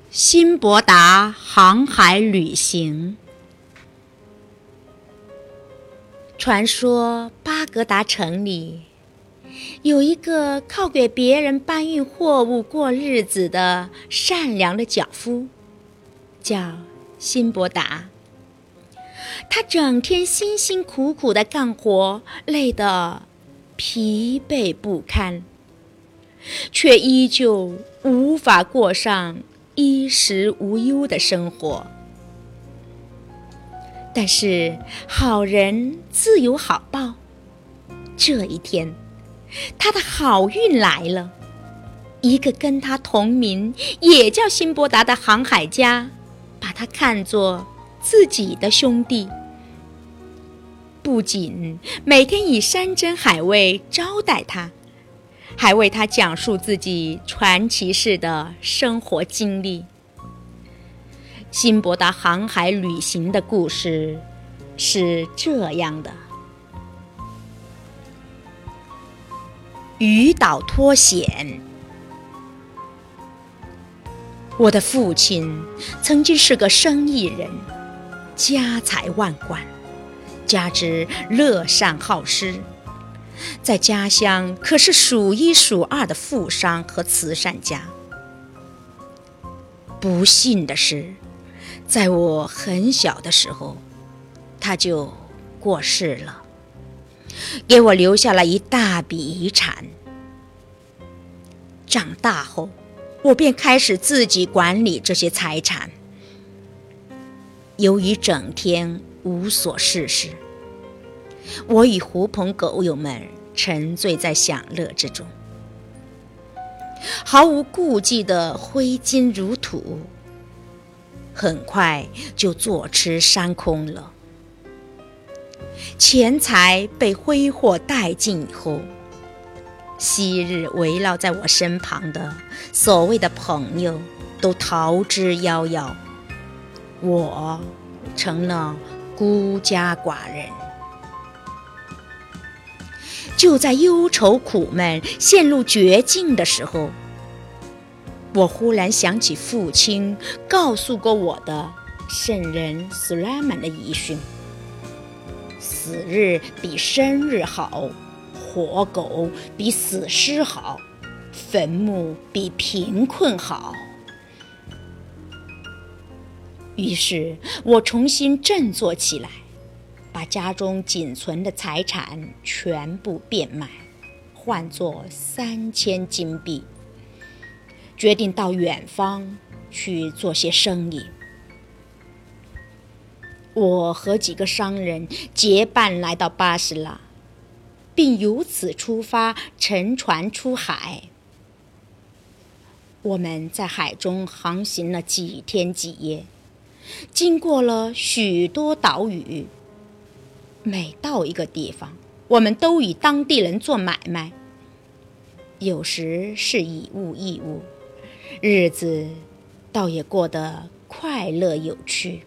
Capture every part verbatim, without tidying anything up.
辛伯达航海旅行。传说巴格达城里有一个靠给别人搬运货物过日子的善良的脚夫，叫辛伯达。他整天辛辛苦苦地干活，累得疲惫不堪，却依旧无法过上衣食无忧的生活。但是好人自有好报，这一天他的好运来了。一个跟他同名也叫辛伯达的航海家把他看作自己的兄弟，不仅每天以山珍海味招待他，还为他讲述自己传奇式的生活经历。辛伯达航海旅行的故事是这样的：渔岛脱险。我的父亲曾经是个生意人，家财万贯，加之乐善好施，在家乡可是数一数二的富商和慈善家。不幸的是，在我很小的时候，他就过世了，给我留下了一大笔遗产。长大后，我便开始自己管理这些财产。由于整天无所事事，我与狐朋狗友们沉醉在享乐之中，毫无顾忌地挥金如土，很快就坐吃山空了。钱财被挥霍殆尽以后，昔日围绕在我身旁的所谓的朋友都逃之夭夭，我成了孤家寡人。就在忧愁苦闷、陷入绝境的时候，我忽然想起父亲告诉过我的圣人苏莱曼的遗训：死日比生日好，活狗比死尸好，坟墓比贫困好。于是我重新振作起来，把家中仅存的财产全部变卖，换作三千金币，决定到远方去做些生意。我和几个商人结伴来到巴士拉，并由此出发乘船出海。我们在海中航行了几天几夜，经过了许多岛屿。每到一个地方，我们都与当地人做买卖，有时是以物易物，日子倒也过得快乐有趣。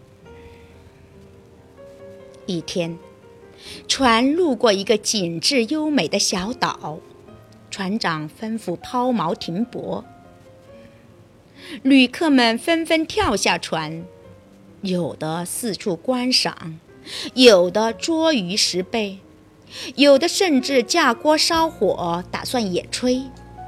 一天，船路过一个景致优美的小岛，船长吩咐抛锚停泊。旅客们纷纷跳下船，有的四处观赏，有的捉鱼拾贝，有的甚至架锅烧火，打算野炊。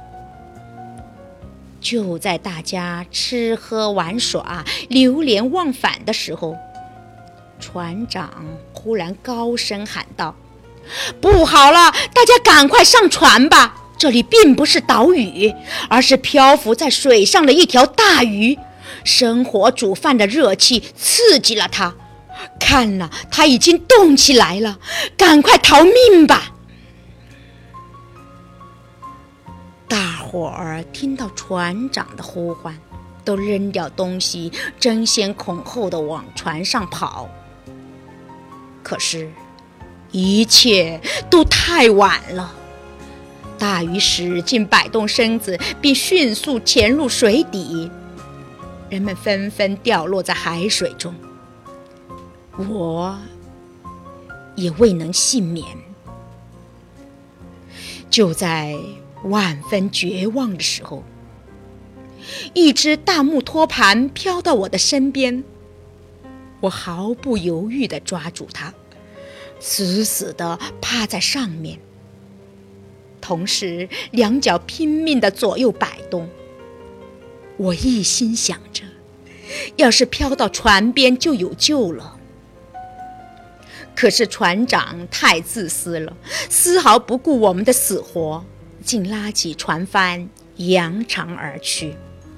就在大家吃喝玩耍、流连忘返的时候，船长忽然高声喊道：不好了，大家赶快上船吧！这里并不是岛屿，而是漂浮在水上的一条大鱼。生火煮饭的热气刺激了它，看了它已经动起来了，赶快逃命吧！大伙儿听到船长的呼唤，都扔掉东西，争先恐后地往船上跑。可是一切都太晚了，大鱼使劲摆动身子，并迅速潜入水底，人们纷纷掉落在海水中，我也未能幸免。就在万分绝望的时候， 一只大木托盘飘到我的身边，我毫不犹豫地抓住它，死死地趴在上面，同时两脚拼命地左右摆动。我一心想着，要是飘到船边就有救了。可是船长太自私了，丝毫不顾我们的死活，竟拉起船帆扬长而去。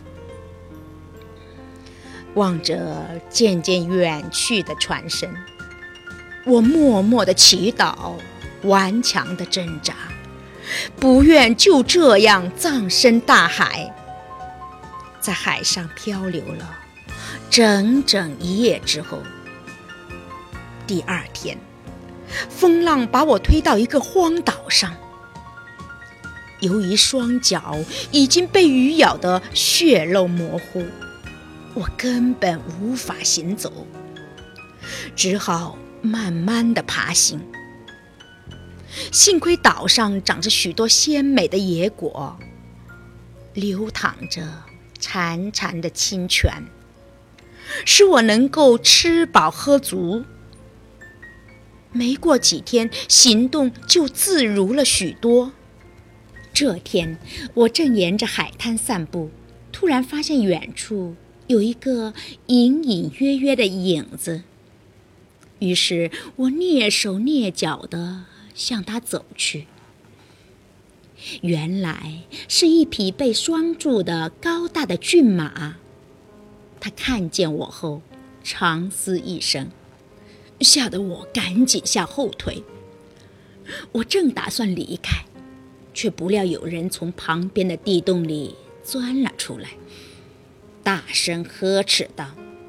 望着渐渐远去的船身，我默默地祈祷，顽强地挣扎，不愿就这样葬身大海。在海上漂流了整整一夜之后，第二天，风浪把我推到一个荒岛上。由于双脚已经被鱼咬得血肉模糊，我根本无法行走，只好慢慢地爬行。幸亏岛上长着许多鲜美的野果，流淌着潺潺的清泉，使我能够吃饱喝足。没过几天，行动就自如了许多。这天，我正沿着海滩散步，突然发现远处有一个隐隐约约的影子，于是我蹑手蹑脚地向它走去。原来是一匹被拴住的高大的骏马，它看见我后长嘶一声，吓得我赶紧向后退。我正打算离开，却不料有人从旁边的地洞里钻了出来，大声呵斥道：“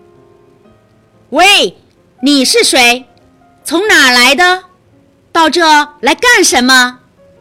喂，你是谁？从哪来的？到这来干什么？”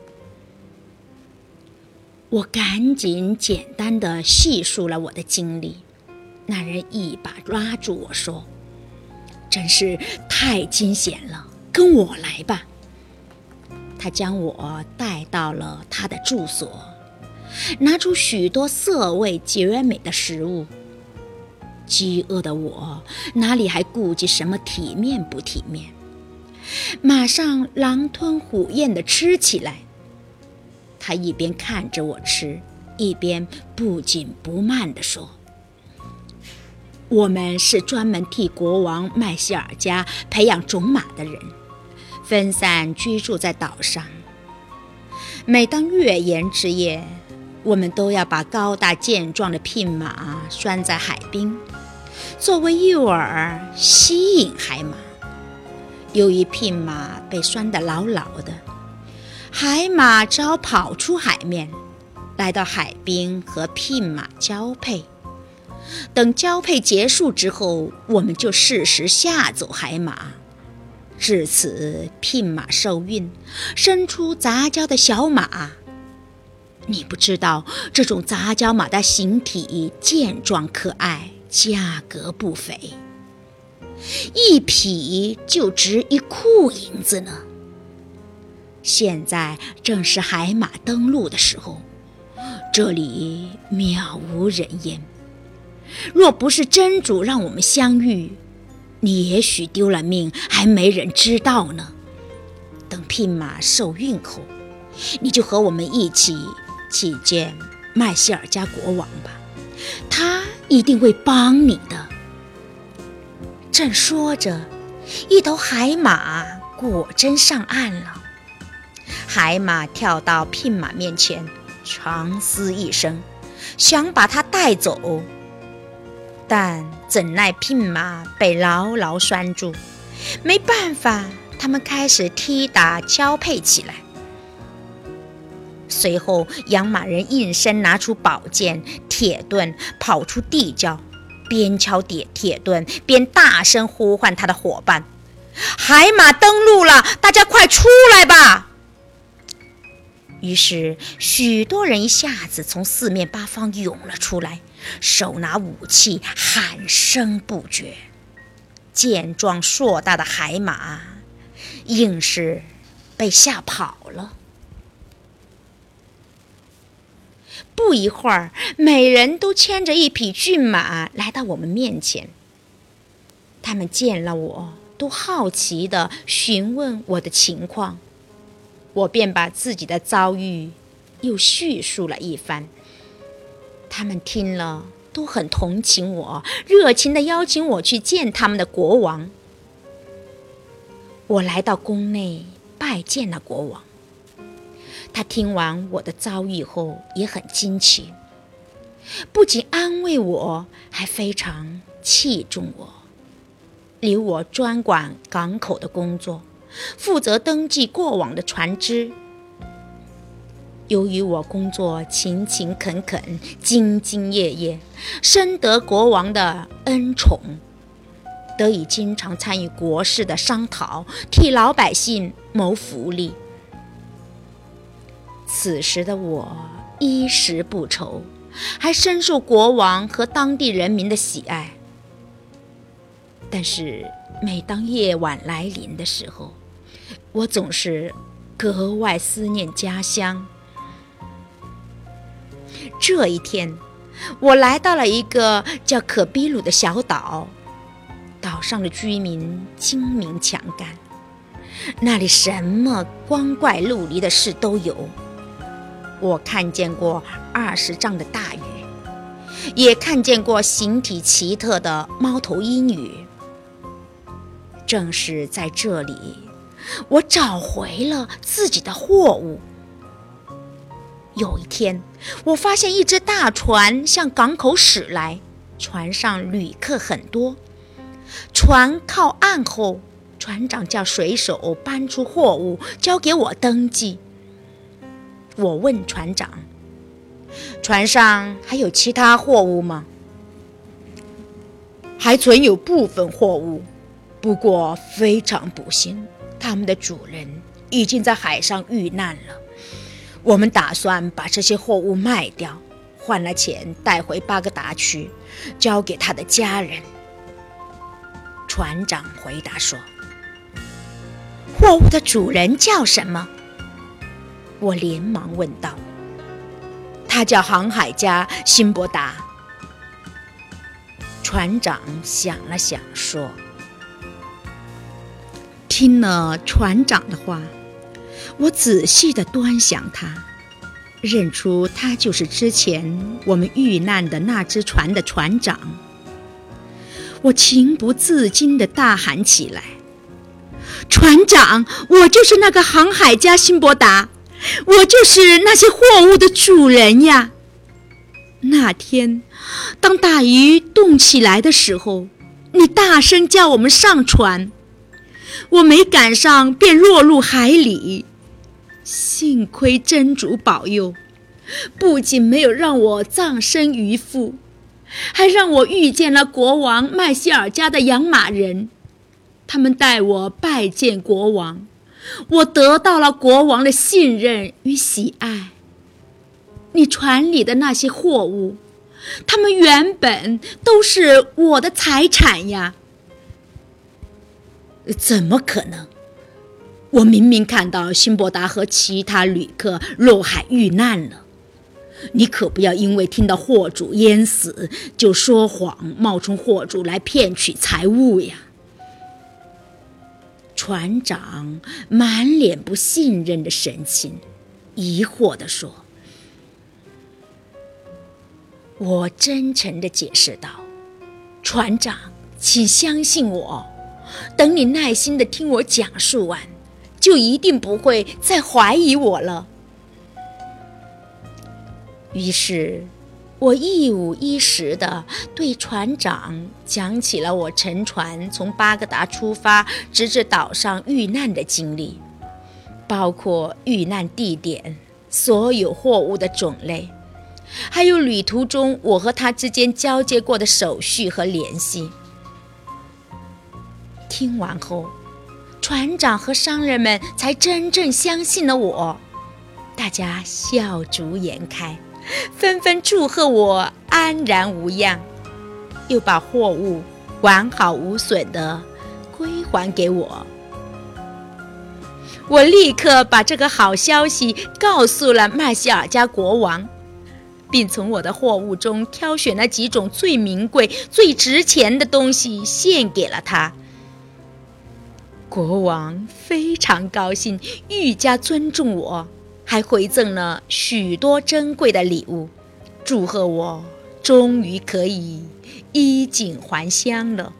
我赶紧简单地细述了我的经历。那人一把拉住我说：“真是太惊险了，跟我来吧。”他将我带到了他的住所，拿出许多色味绝美的食物。饥饿的我哪里还顾及什么体面不体面，马上狼吞虎咽地吃起来。他一边看着我吃，一边不紧不慢地说：“我们是专门替国王麦西尔家培养种马的人，分散居住在岛上。每当月圆之夜，我们都要把高大健壮的聘马拴在海滨，作为诱饵吸引海马。由于聘马被拴得牢牢的，海马只好跑出海面，来到海滨和聘马交配。等交配结束之后，我们就适时下走海马，至此聘马受孕，生出杂交的小马。你不知道，这种杂交马的形体健壮可爱，价格不菲，一匹就值一库银子呢。现在正是海马登陆的时候，这里渺无人烟。若不是真主让我们相遇，你也许丢了命还没人知道呢。等聘马受孕后，你就和我们一起去见麦西尔家国王吧，他一定会帮你的。”正说着，一头海马果真上岸了。海马跳到聘马面前，长嘶一声，想把它带走，但怎奈聘马被牢牢拴住，没办法，他们开始踢打交配起来。随后养马人应声拿出宝剑、铁盾，跑出地窖，边敲铁铁盾边大声呼唤他的伙伴：“海马登陆了，大家快出来吧！”于是许多人一下子从四面八方涌了出来，手拿武器，喊声不绝。健壮硕大的海马硬是被吓跑了。 不一会儿，每人都牵着一匹骏马来到我们面前。他们见了我，都好奇地询问我的情况，我便把自己的遭遇又叙述了一番。他们听了都很同情我，热情地邀请我去见他们的国王。我来到宫内拜见了国王，他听完我的遭遇后也很惊奇，不仅安慰我，还非常器重我，留我专管港口的工作，负责登记过往的船只。由于我工作勤勤恳恳，兢兢业业，深得国王的恩宠，得以经常参与国事的商讨，替老百姓谋福利。此时的我衣食不愁，还深受国王和当地人民的喜爱。但是每当夜晚来临的时候，我总是格外思念家乡。这一天，我来到了一个叫可比鲁的小岛，岛上的居民精明强干，那里什么光怪陆离的事都有。我看见过二十丈的大鱼，也看见过形体奇特的猫头鹰鱼。正是在这里，我找回了自己的货物。有一天，我发现一只大船向港口驶来，船上旅客很多。船靠岸后，船长叫水手搬出货物，交给我登记。我问船长：“船上还有其他货物吗？”“还存有部分货物，不过非常不幸，他们的主人已经在海上遇难了。我们打算把这些货物卖掉，换了钱带回巴格达去，交给他的家人。”船长回答说。“货物的主人叫什么？”我连忙问道。“他叫航海家辛伯达。”船长想了想说。听了船长的话，我仔细地端详他，认出他就是之前我们遇难的那只船的船长。我情不自禁地大喊起来：“船长，我就是那个航海家辛伯达，我就是那些货物的主人呀！那天，当大鱼动起来的时候，你大声叫我们上船，我没赶上便落入海里。幸亏真主保佑，不仅没有让我葬身鱼腹，还让我遇见了国王麦西尔家的养马人，他们带我拜见国王，我得到了国王的信任与喜爱。你船里的那些货物，他们原本都是我的财产呀。”“怎么可能？我明明看到辛伯达和其他旅客落海遇难了。你可不要因为听到货主淹死就说谎，冒充货主来骗取财物呀。”船长满脸不信任的神情，疑惑地说。我真诚地解释道：“船长，请相信我，等你耐心地听我讲述完，就一定不会再怀疑我了。”于是，我一五一十地对船长讲起了我乘船从巴格达出发，直至岛上遇难的经历，包括遇难地点、所有货物的种类，还有旅途中我和他之间交接过的手续和联系。听完后，船长和商人们才真正相信了我，大家笑逐颜开，纷纷祝贺我安然无恙，又把货物完好无损地归还给我。我立刻把这个好消息告诉了麦西尔家国王， 并从我的货物中挑选了几种最名贵、最值钱的东西献给了他。国王非常高兴，愈加尊重我，还回赠了许多珍贵的礼物，祝贺我终于可以衣锦还乡了。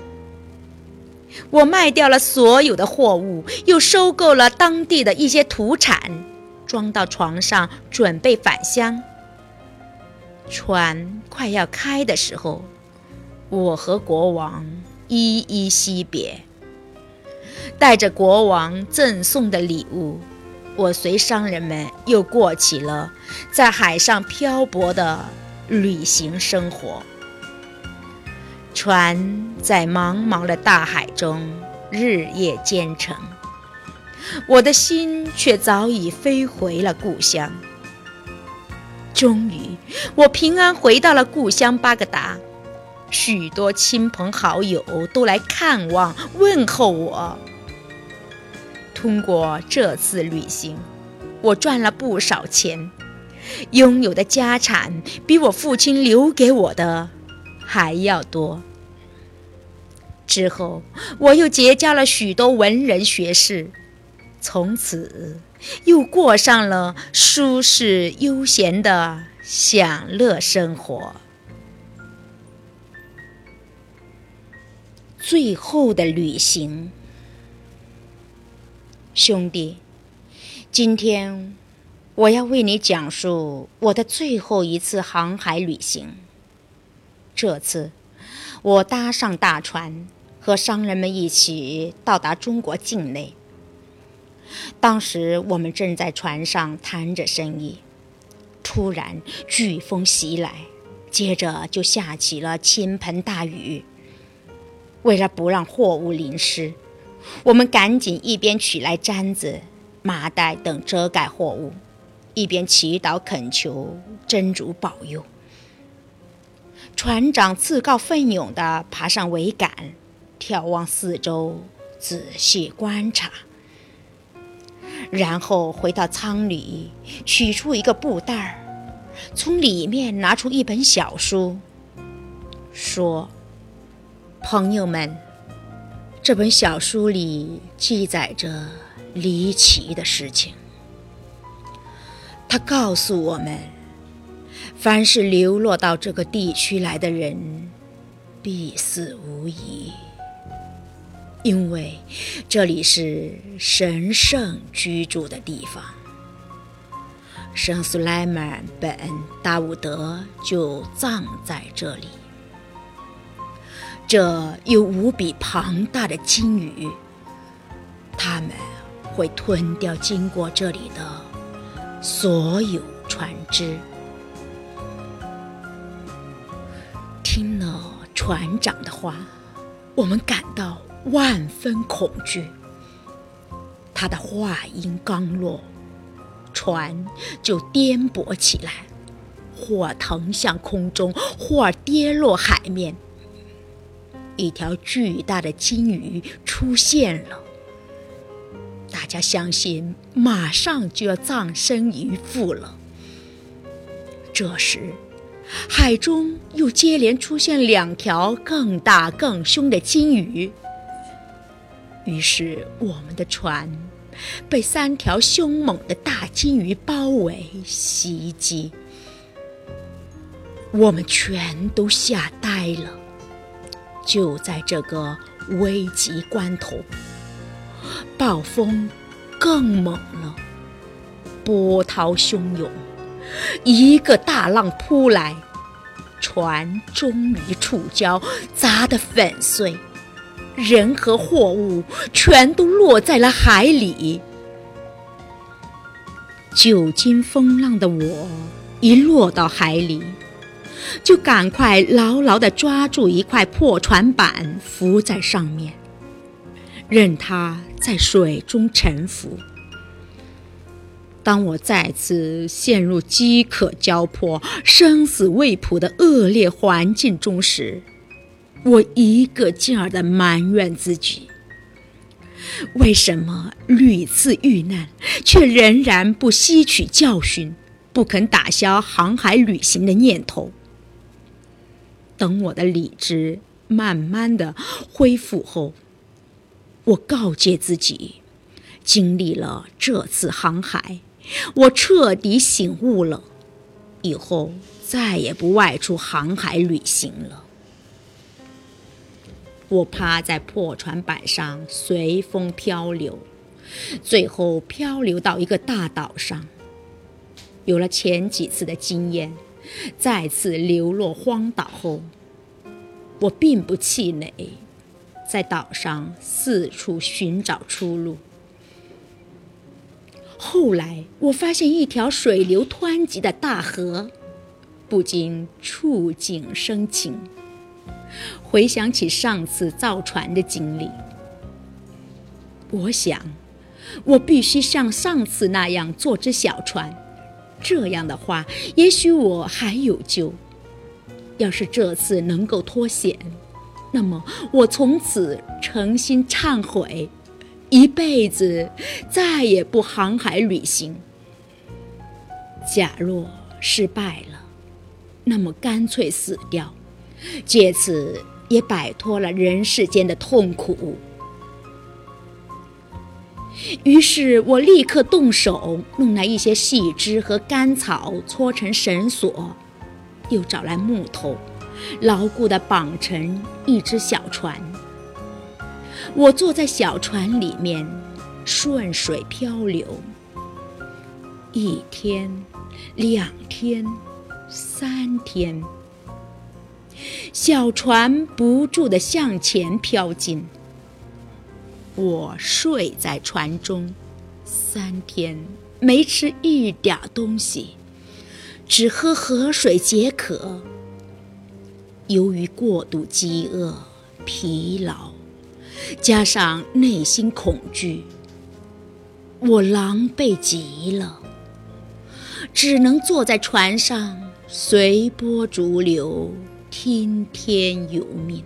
我卖掉了所有的货物，又收购了当地的一些土产，装到床上，准备返乡。船快要开的时候，我和国王依依惜别。带着国王赠送的礼物，我随商人们又过起了在海上漂泊的旅行生活。船在茫茫的大海中日夜兼程，我的心却早已飞回了故乡。终于，我平安回到了故乡巴格达，许多亲朋好友都来看望问候我。通过这次旅行，我赚了不少钱，拥有的家产比我父亲留给我的还要多。之后，我又结交了许多文人学士，从此又过上了舒适悠闲的享乐生活。最后的旅行，兄弟，今天我要为你讲述我的最后一次航海旅行。这次，我搭上大船，和商人们一起到达中国境内。当时我们正在船上谈着生意，突然飓风袭来，接着就下起了倾盆大雨。为了不让货物淋湿，我们赶紧一边取来毡子、麻袋等遮盖货物，一边祈祷恳求真主保佑。船长自告奋勇地爬上桅杆，眺望四周，仔细观察，然后回到舱里，取出一个布袋，从里面拿出一本小书，说：“朋友们，这本小书里记载着离奇的事情。它告诉我们，凡是流落到这个地区来的人，必死无疑。因为这里是神圣居住的地方。圣苏莱曼本大伍德就葬在这里。这有无比庞大的鲸鱼，它们会吞掉经过这里的所有船只。”听了船长的话，我们感到万分恐惧。他的话音刚落，船就颠簸起来，或腾向空中，或跌落海面。一条巨大的鲸鱼出现了，大家相信马上就要葬身鱼腹了。这时，海中又接连出现两条更大更凶的鲸鱼，于是我们的船被三条凶猛的大鲸鱼包围袭击，我们全都吓呆了。就在这个危急关头，暴风更猛了，波涛汹涌，一个大浪扑来，船终于触礁，砸得粉碎，人和货物全都落在了海里。久经风浪的我一落到海里，就赶快牢牢地抓住一块破船板，浮在上面，任它在水中沉浮。当我再次陷入饥渴交迫、生死未卜的恶劣环境中时，我一个劲儿地埋怨自己，为什么屡次遇难，却仍然不吸取教训， 不肯打消航海旅行的念头。等我的理智慢慢的恢复后，我告诫自己，经历了这次航海，我彻底醒悟了，以后再也不外出航海旅行了。我趴在破船板上随风漂流，最后漂流到一个大岛上。有了前几次的经验，再次流落荒岛后，我并不气馁，在岛上四处寻找出路。后来我发现一条水流湍急的大河，不禁触景生情，回想起上次造船的经历。我想，我必须像上次那样做只小船，这样的话，也许我还有救。要是这次能够脱险，那么我从此诚心忏悔，一辈子再也不航海旅行。假若失败了，那么干脆死掉，借此也摆脱了人世间的痛苦。于是我立刻动手弄来一些细枝和干草搓成绳索，又找来木头，牢固地绑成一只小船。我坐在小船里面，顺水漂流。一天，两天，三天，小船不住地向前飘进。我睡在船中，三天没吃一点东西，只喝河水解渴。由于过度饥饿、疲劳，加上内心恐惧，我狼狈极了，只能坐在船上随波逐流，听天由命。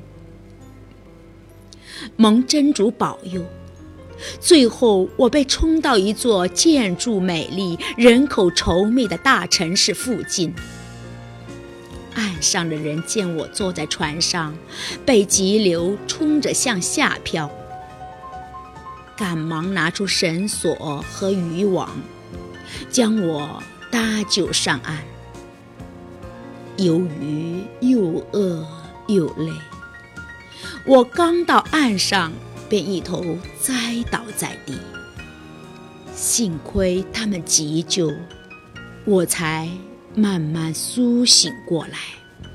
蒙真主保佑，最后我被冲到一座建筑美丽、人口稠密的大城市附近。岸上的人见我坐在船上，被急流冲着向下飘，赶忙拿出绳索和渔网，将我搭救上岸。由于又饿又累，我刚到岸上，便一头栽倒在地。幸亏他们急救，我才慢慢苏醒过来。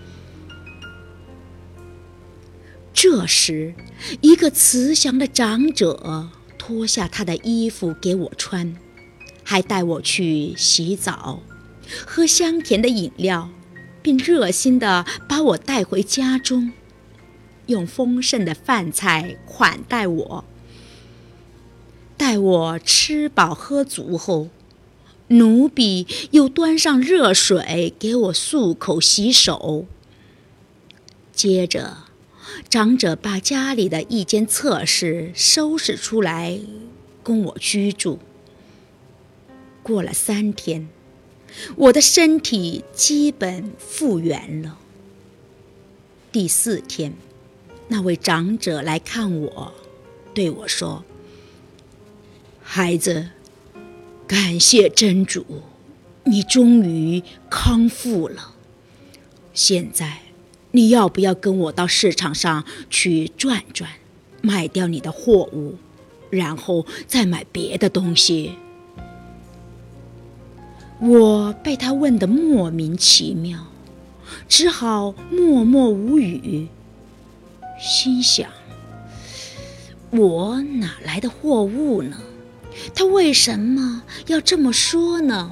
这时，一个慈祥的长者脱下他的衣服给我穿，还带我去洗澡，喝香甜的饮料，并热心地把我带回家中，用丰盛的饭菜款待我。待我吃饱喝足后，奴婢又端上热水给我漱口洗手。接着，长者把家里的一间侧室收拾出来供我居住。过了三天，我的身体基本复原了。第四天，那位长者来看我，对我说：“孩子，感谢真主，你终于康复了。现在，你要不要跟我到市场上去转转，卖掉你的货物，然后再买别的东西？”我被他问得莫名其妙，只好默默无语，心想：我哪来的货物呢？他为什么要这么说呢？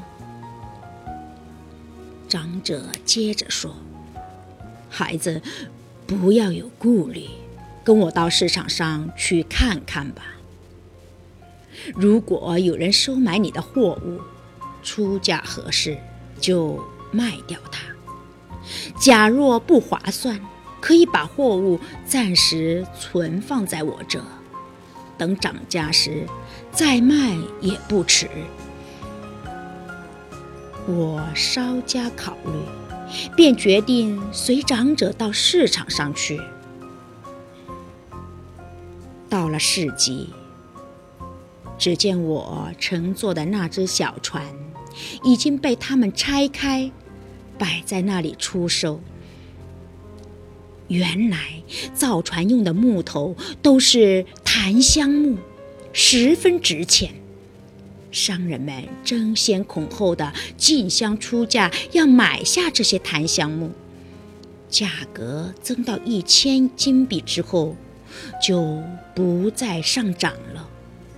长者接着说：“孩子，不要有顾虑，跟我到市场上去看看吧。如果有人收买你的货物，出价合适，就卖掉它；假若不划算，可以把货物暂时存放在我这，等涨价时再卖也不迟。” 我稍加考虑，便决定随长者到市场上去。到了市集，只见我乘坐的那只小船已经被他们拆开，摆在那里出售。原来造船用的木头都是檀香木，十分值钱。商人们争先恐后的竞相出价，要买下这些檀香木。价格增到一千金币之后，就不再上涨了。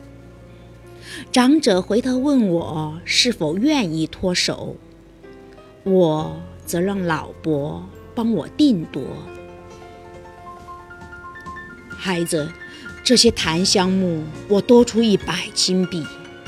长者回头问我是否愿意脱手，我则让老伯帮我定夺。孩子，这些檀香木我多出一百金币。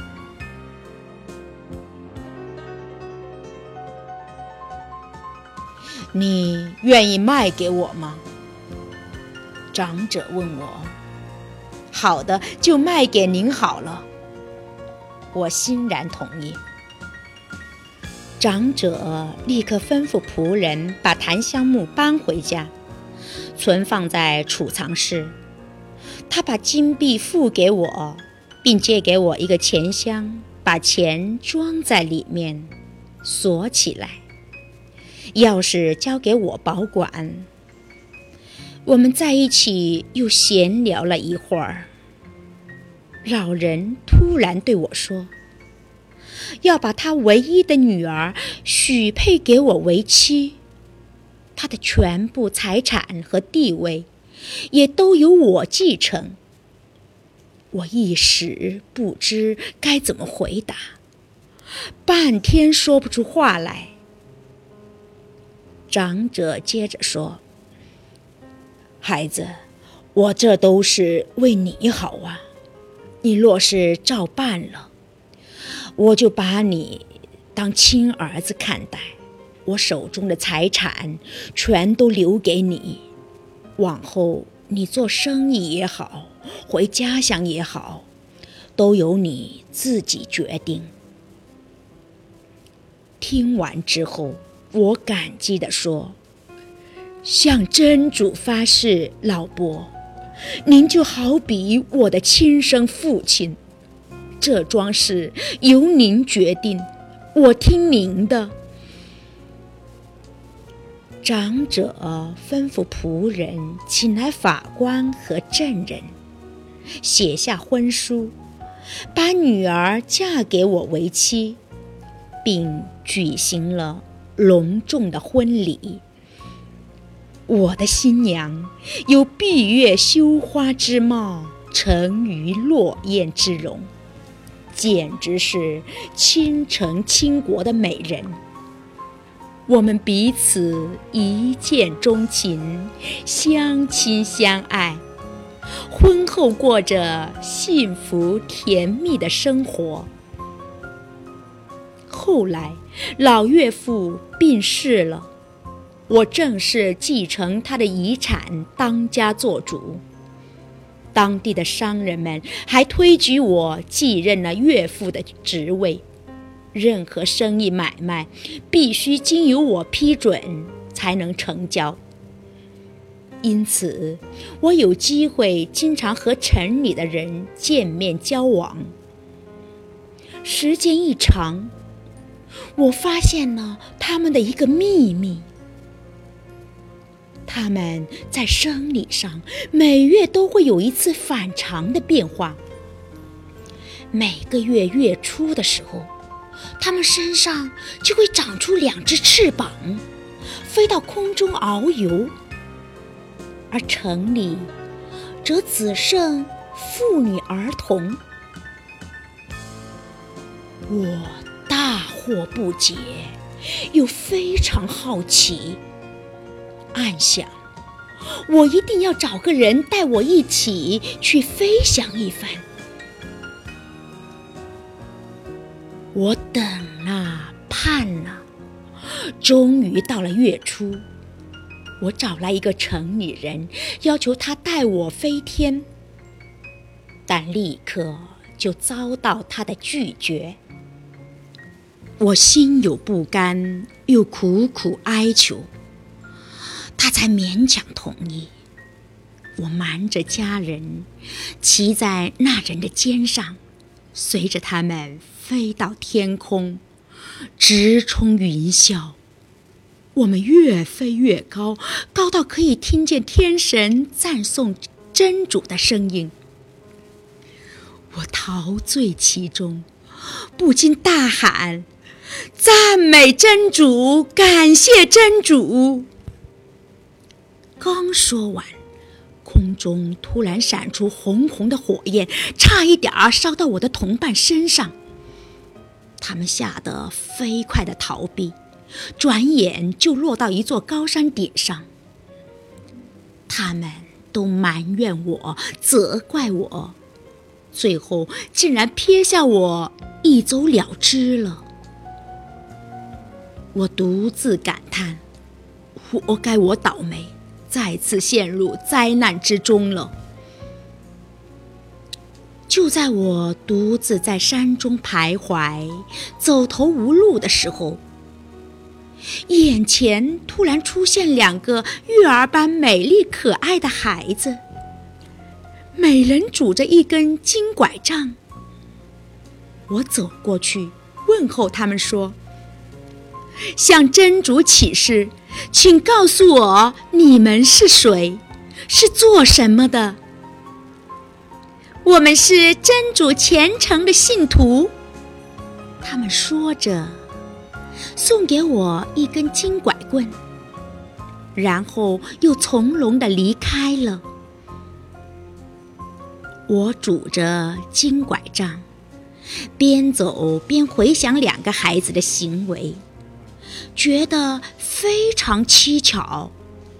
你愿意卖给我吗？长者问我。好的，就卖给您好了。我欣然同意。长者立刻吩咐仆人把檀香木搬回家，存放在储藏室。他把金币付给我，并借给我一个钱箱，把钱装在里面，锁起来。钥匙交给我保管。我们在一起又闲聊了一会儿。老人突然对我说，要把他唯一的女儿许配给我为妻，他的全部财产和地位也都由我继承。我一时不知该怎么回答，半天说不出话来。长者接着说，孩子，我这都是为你好啊，你若是照办了，我就把你当亲儿子看待，我手中的财产全都留给你，往后你做生意也好，回家乡也好，都由你自己决定。听完之后，我感激地说，向真主发誓，老伯，您就好比我的亲生父亲，这桩事由您决定，我听您的。长者吩咐仆人请来法官和证人，写下婚书，把女儿嫁给我为妻，并举行了隆重的婚礼。我的新娘有闭月羞花之貌，沉鱼落雁之容，简直是倾城倾国的美人。我们彼此一见钟情，相亲相爱，婚后过着幸福甜蜜的生活。后来老岳父病逝了，我正式继承他的遗产，当家做主。当地的商人们还推举我继任了岳父的职位，任何生意买卖必须经由我批准才能成交。因此我有机会经常和城里的人见面交往。时间一长，我发现了他们的一个秘密，他们在生理上每月都会有一次反常的变化。每个月月初的时候，他们身上就会长出两只翅膀，飞到空中遨游，而城里则只剩妇女儿童。我大惑不解，又非常好奇，暗想，我一定要找个人带我一起去飞翔一番。我等啊盼啊，终于到了月初，我找来一个城里人，要求他带我飞天，但立刻就遭到他的拒绝。 我心有不甘，又苦苦哀求，他才勉强同意。我瞒着家人，骑在那人的肩上，随着他们飞到天空，直冲云霄。我们越飞越高，高到可以听见天神赞颂真主的声音。我陶醉其中，不禁大喊：赞美真主，感谢真主！刚说完，空中突然闪出红红的火焰，差一点儿烧到我的同伴身上。他们吓得飞快地逃避，转眼就落到一座高山顶上。他们都埋怨我，责怪我，最后竟然撇下我一走了之了。我独自感叹，活该我倒霉，再次陷入灾难之中了。就在我独自在山中徘徊，走投无路的时候，眼前突然出现两个玉儿般美丽可爱的孩子，每人拄着一根金拐杖。我走过去问候他们说：向真主起誓，请告诉我你们是谁，是做什么的？我们是真主虔诚的信徒。他们说着，送给我一根金拐棍，然后又从容地离开了。我拄着金拐杖，边走边回想两个孩子的行为，觉得非常蹊跷。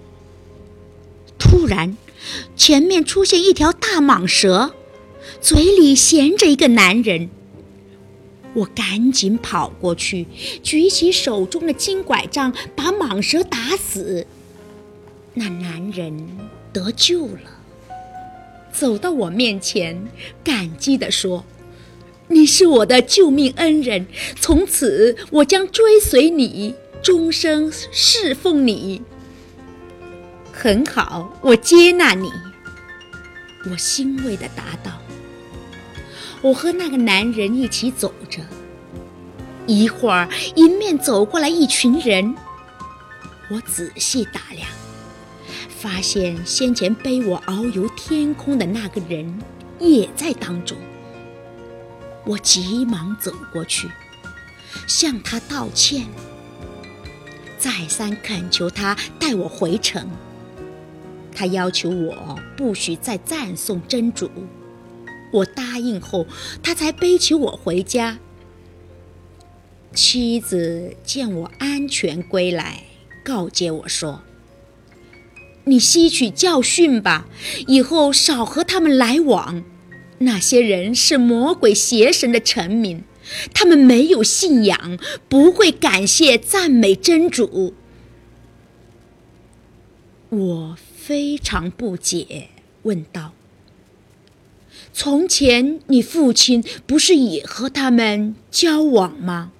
突然，前面出现一条大蟒蛇，嘴里衔着一个男人。我赶紧跑过去，举起手中的金拐杖，把蟒蛇打死。那男人得救了，走到我面前，感激地说：你是我的救命恩人，从此我将追随你，终生侍奉你。很好，我接纳你。我欣慰地答道。我和那个男人一起走着，一会儿迎面走过来一群人。我仔细打量，发现先前背我遨游天空的那个人也在当中。我急忙走过去，向他道歉，再三恳求他带我回城。他要求我不许再赞颂真主，我答应后，他才背起我回家。妻子见我安全归来，告诫我说：你吸取教训吧，以后少和他们来往。那些人是魔鬼邪神的臣民，他们没有信仰，不会感谢赞美真主。我非常不解，问道：从前你父亲不是也和他们交往吗？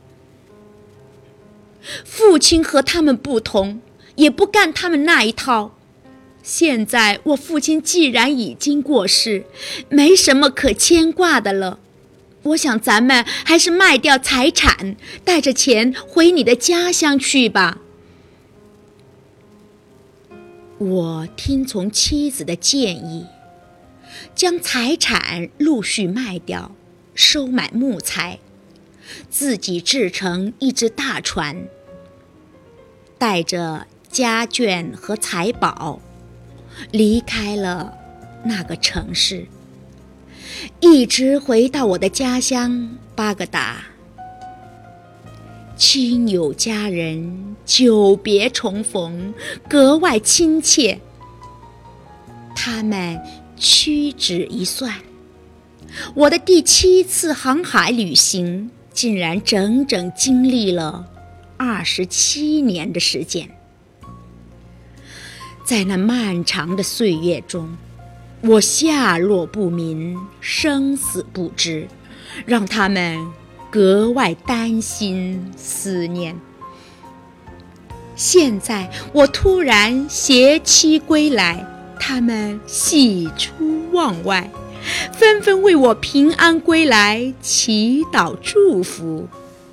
父亲和他们不同，也不干他们那一套。现在我父亲既然已经过世，没什么可牵挂的了。我想咱们还是卖掉财产，带着钱回你的家乡去吧。我听从妻子的建议，将财产陆续卖掉，收买木材，自己制成一只大船，带着家眷和财宝离开了那个城市，一直回到我的家乡巴格达。亲友家人久别重逢，格外亲切。他们屈指一算，我的第七次航海旅行竟然整整经历了二十七年的时间。在那漫长的岁月中，我下落不明，生死不知，让他们格外担心思念。现在我突然携妻归来，他们喜出望外，纷纷为我平安归来祈祷祝福。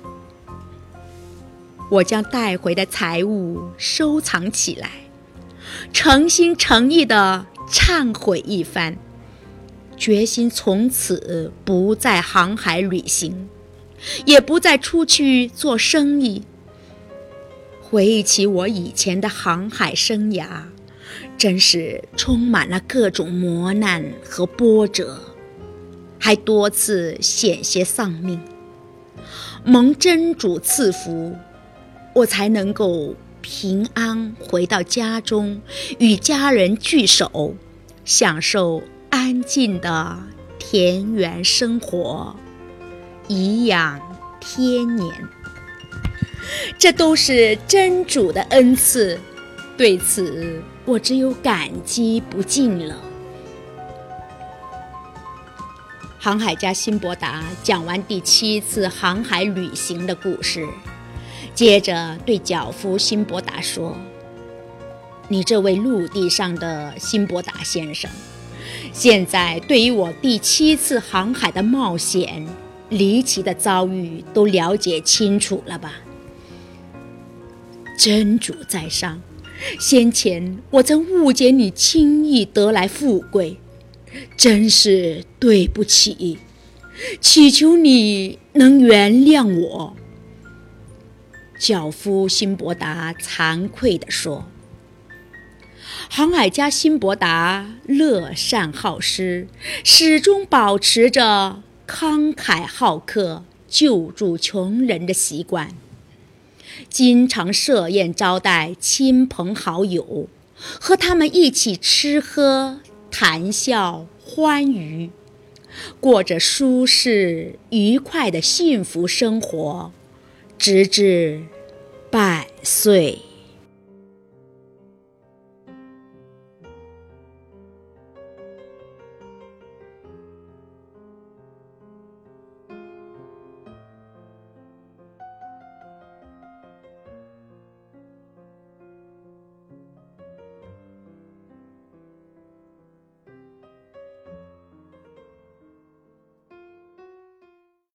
我将带回的财物收藏起来，诚心诚意地忏悔一番，决心从此不再航海旅行，也不再出去做生意。回忆起我以前的航海生涯，真是充满了各种磨难和波折，还多次险些丧命。蒙真主赐福，我才能够平安回到家中，与家人聚首，享受安静的田园生活，颐养天年。这都是真主的恩赐，对此我只有感激不尽了。航海家辛伯达讲完第七次航海旅行的故事，接着对脚夫辛伯达说：你这位陆地上的辛伯达先生，现在对于我第七次航海的冒险、离奇的遭遇都了解清楚了吧？真主在上，先前我曾误解你轻易得来富贵，真是对不起，祈求你能原谅我。脚夫辛伯达惭愧地说。航海家辛伯达乐善好施，始终保持着慷慨好客、救助穷人的习惯，经常设宴招待亲朋好友，和他们一起吃喝、谈笑、欢愉，过着舒适愉快的幸福生活，直至百岁。